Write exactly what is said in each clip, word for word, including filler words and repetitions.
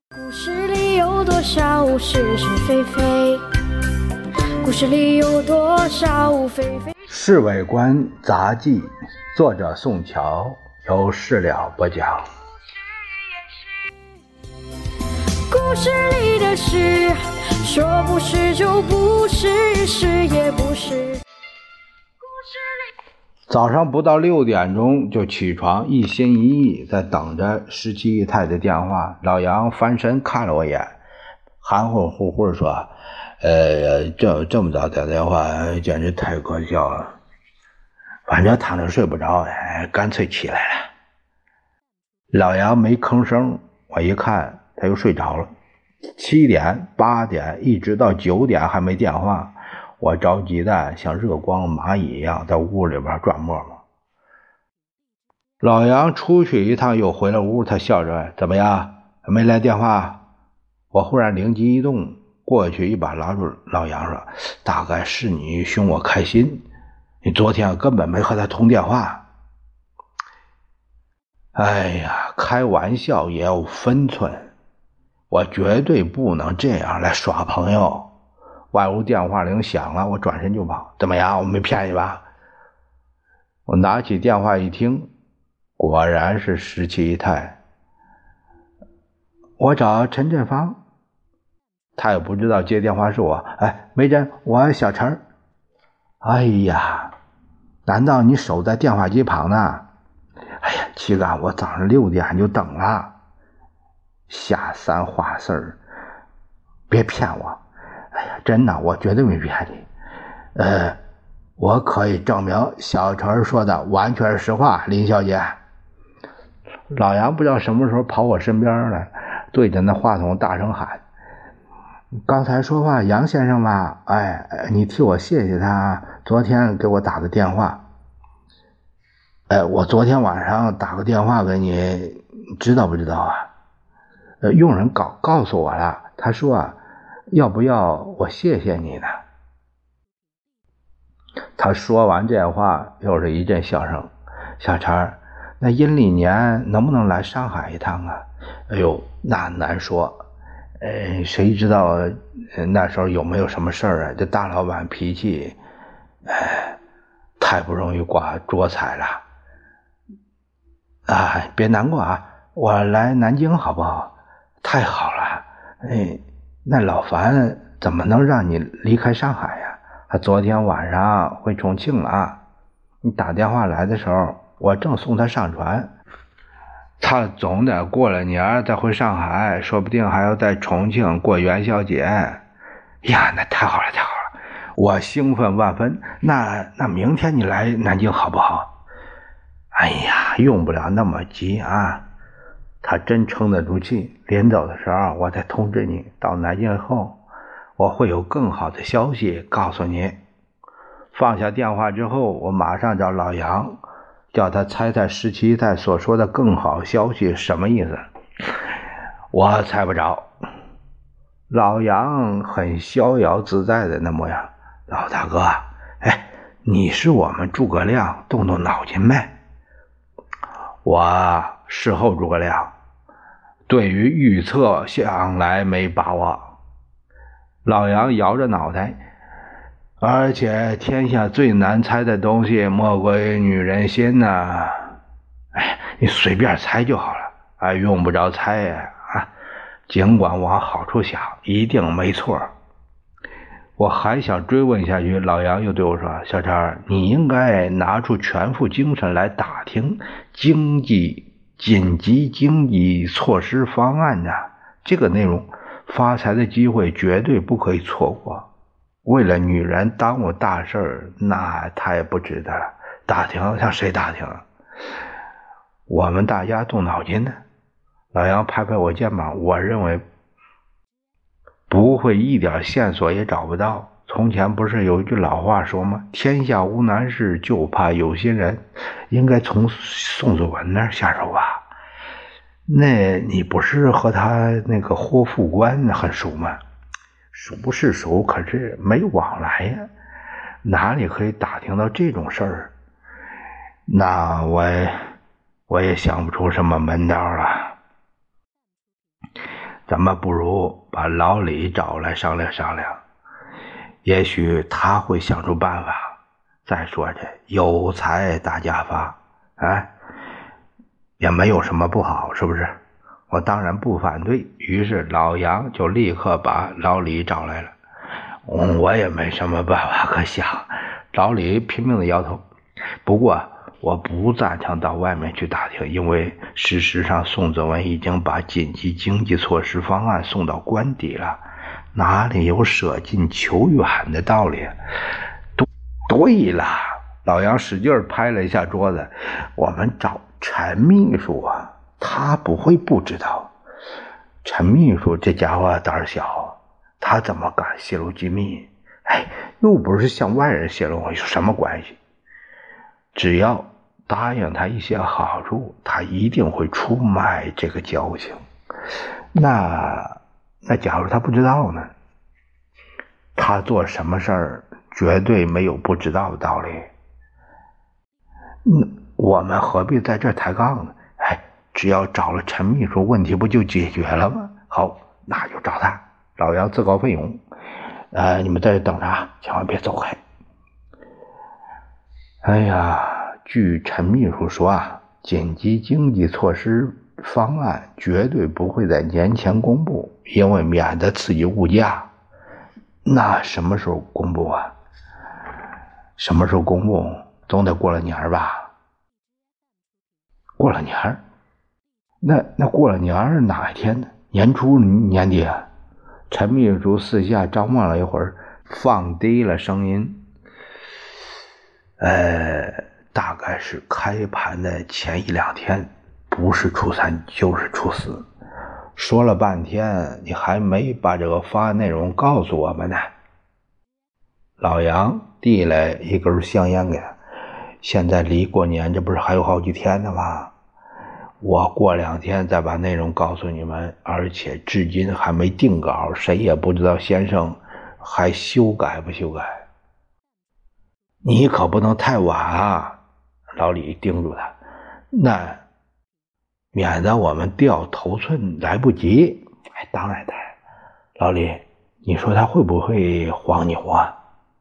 故事里有多少是是非非？故事里有多少非非？ 侍卫官杂记，作者宋乔，由事了播讲。 故事里的事，说不是就不是，是也不是。 早上不到六点钟就起床，一心一意在等着十七姨太的电话。老杨翻身看了我一眼，含混乎乎说：“呃，这这么早打电话，简直太可笑了。反正躺着睡不着，哎，干脆起来了。”老杨没吭声，我一看他又睡着了。七点、八点，一直到九点还没电话。我着急的像热光蚂蚁一样在屋里边转磨磨。老杨出去一趟又回了屋，他笑着：“怎么样，没来电话？”我忽然灵机一动，过去一把拉住老杨说：“大概是你寻我开心，你昨天根本没和他通电话。”哎呀，开玩笑也有分寸，我绝对不能这样来耍朋友。外屋电话铃响了，我转身就跑。怎么样，我没骗你吧？我拿起电话一听，果然是十七姨太。我找陈振芳，他也不知道接电话是我。哎，梅珍，我小陈。哎呀，难道你守在电话机旁呢？哎呀，七哥，我早上六点就等了。下三话事儿，别骗我。哎呀，真的，我绝对没骗你。呃，我可以证明小陈说的完全是实话，林小姐。老杨不知道什么时候跑我身边来，对着那话筒大声喊：“刚才说话杨先生吧？哎，你替我谢谢他昨天给我打的电话。哎，我昨天晚上打个电话给你，知道不知道啊？呃，佣人告告诉我了，他说啊，要不要我谢谢你呢？”他说完这话，又是一阵笑声。小陈，那阴历年能不能来上海一趟啊？哎呦，那难说。呃，谁知道、呃、那时候有没有什么事儿啊？这大老板脾气，哎，太不容易挂捉彩了。啊，别难过啊，我来南京好不好？太好了。哎，那老樊怎么能让你离开上海呀？他昨天晚上回重庆了啊。你打电话来的时候，我正送他上船。他总得过了年再回上海，说不定还要在重庆过元宵节。呀，那太好了，太好了！我兴奋万分。那那明天你来南京好不好？哎呀，用不了那么急啊。他真撑得住气。临走的时候，我再通知你，到南京后，我会有更好的消息告诉你。放下电话之后，我马上找老杨，叫他猜猜十七姨太所说的更好消息什么意思。我猜不着。老杨很逍遥自在的那模样。老大哥，哎，你是我们诸葛亮，动动脑筋呗。我事后诸葛亮，对于预测向来没把握。老杨摇着脑袋，而且天下最难猜的东西莫过于女人心呐、啊。哎，你随便猜就好了，哎，用不着猜呀啊！尽管往好处想，一定没错。我还想追问下去，老杨又对我说：“小陈，你应该拿出全副精神来打听经济紧急经济措施方案呐、啊，这个内容发财的机会绝对不可以错过。为了女人耽误大事儿，那太不值得了。打听向谁打听？我们大家动脑筋呢。”老杨拍拍我肩膀，我认为不会一点线索也找不到。从前不是有一句老话说吗？天下无难事，就怕有心人。应该从宋子文那儿下手吧？那你不是和他那个霍副官很熟吗？熟是熟，可是没往来呀，哪里可以打听到这种事儿？那我我也想不出什么门道了。 咱们不如把老李找来商量商量，也许他会想出办法。再说这有财大家发，哎，也没有什么不好，是不是？我当然不反对。于是老杨就立刻把老李找来了。嗯，我也没什么办法可想。老李拼命的摇头。不过我不赞成到外面去打听，因为事实上宋子文已经把紧急经济措施方案送到官邸了，哪里有舍近求远的道理？对了，老杨使劲拍了一下桌子，我们找陈秘书啊，他不会不知道。陈秘书这家伙胆小，他怎么敢泄露机密？哎，又不是向外人泄露，有什么关系？只要答应他一些好处，他一定会出卖这个交情。那那假如他不知道呢？他做什么事儿绝对没有不知道的道理。嗯，我们何必在这抬杠呢？哎，只要找了陈秘书，问题不就解决了吗？好，那就找他。老杨自告奋勇，呃，你们在这等着，千万别走开。哎呀，据陈秘书说啊，紧急经济措施方案绝对不会在年前公布，因为免得刺激物价。那什么时候公布啊？什么时候公布？总得过了年吧？过了年？那那过了年哪一天呢？年初年底啊？陈秘书四下张望了一会儿，放低了声音。呃，大概是开盘的前一两天，不是初三就是初四。说了半天，你还没把这个方案内容告诉我们呢。老杨递来一根香烟给他，现在离过年这不是还有好几天呢吗？我过两天再把内容告诉你们，而且至今还没定稿，谁也不知道先生还修改不修改。你可不能太晚啊！老李叮嘱他，那免得我们掉头寸来不及。哎，当然的，老李，你说他会不会黄牛啊？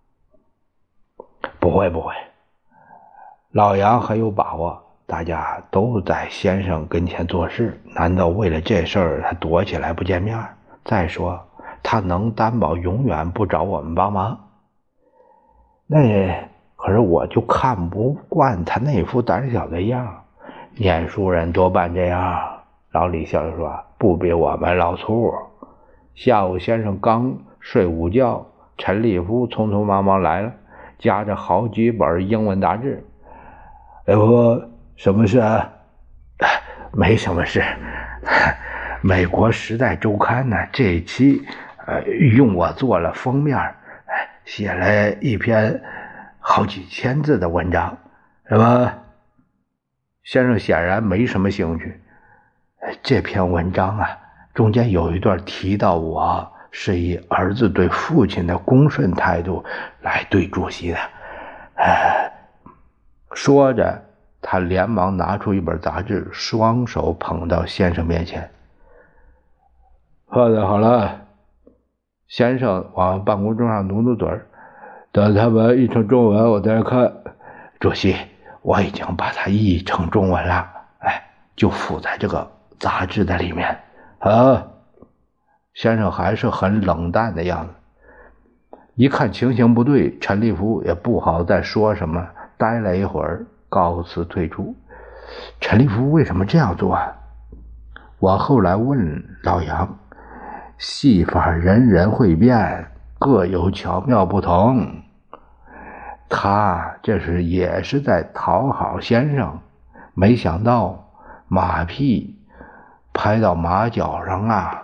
不会不会，老杨很有把握，大家都在先生跟前做事，难道为了这事儿他躲起来不见面？再说他能担保永远不找我们帮忙？那可是我就看不惯他那副胆小的样，念书人多半这样。老李笑着说，不比我们老粗。下午先生刚睡午觉，陈立夫匆匆忙忙来了，夹着好几本英文杂志。哎，我什么事啊？没什么事。美国时代周刊呢，这一期呃用我做了封面，写了一篇好几千字的文章，是吧？先生显然没什么兴趣。这篇文章啊，中间有一段提到我是以儿子对父亲的恭顺态度来对主席的。哎，说着，他连忙拿出一本杂志，双手捧到先生面前。好的，好了。先生往办公桌上努努嘴，等他们译成中文我再看。主席，我已经把它译成中文了，哎，就附在这个杂志的里面。啊，先生还是很冷淡的样子。一看情形不对，陈立夫也不好再说什么，待了一会儿，告辞退出。陈立夫为什么这样做啊？我后来问老杨，戏法人人会变，各有巧妙不同。他这是也是在讨好先生，没想到马屁拍到马脚上啊。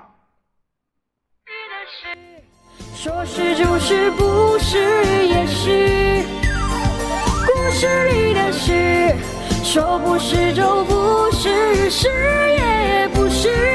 说是就是，不是也是，故事里的事，说不是就不是，是也不是。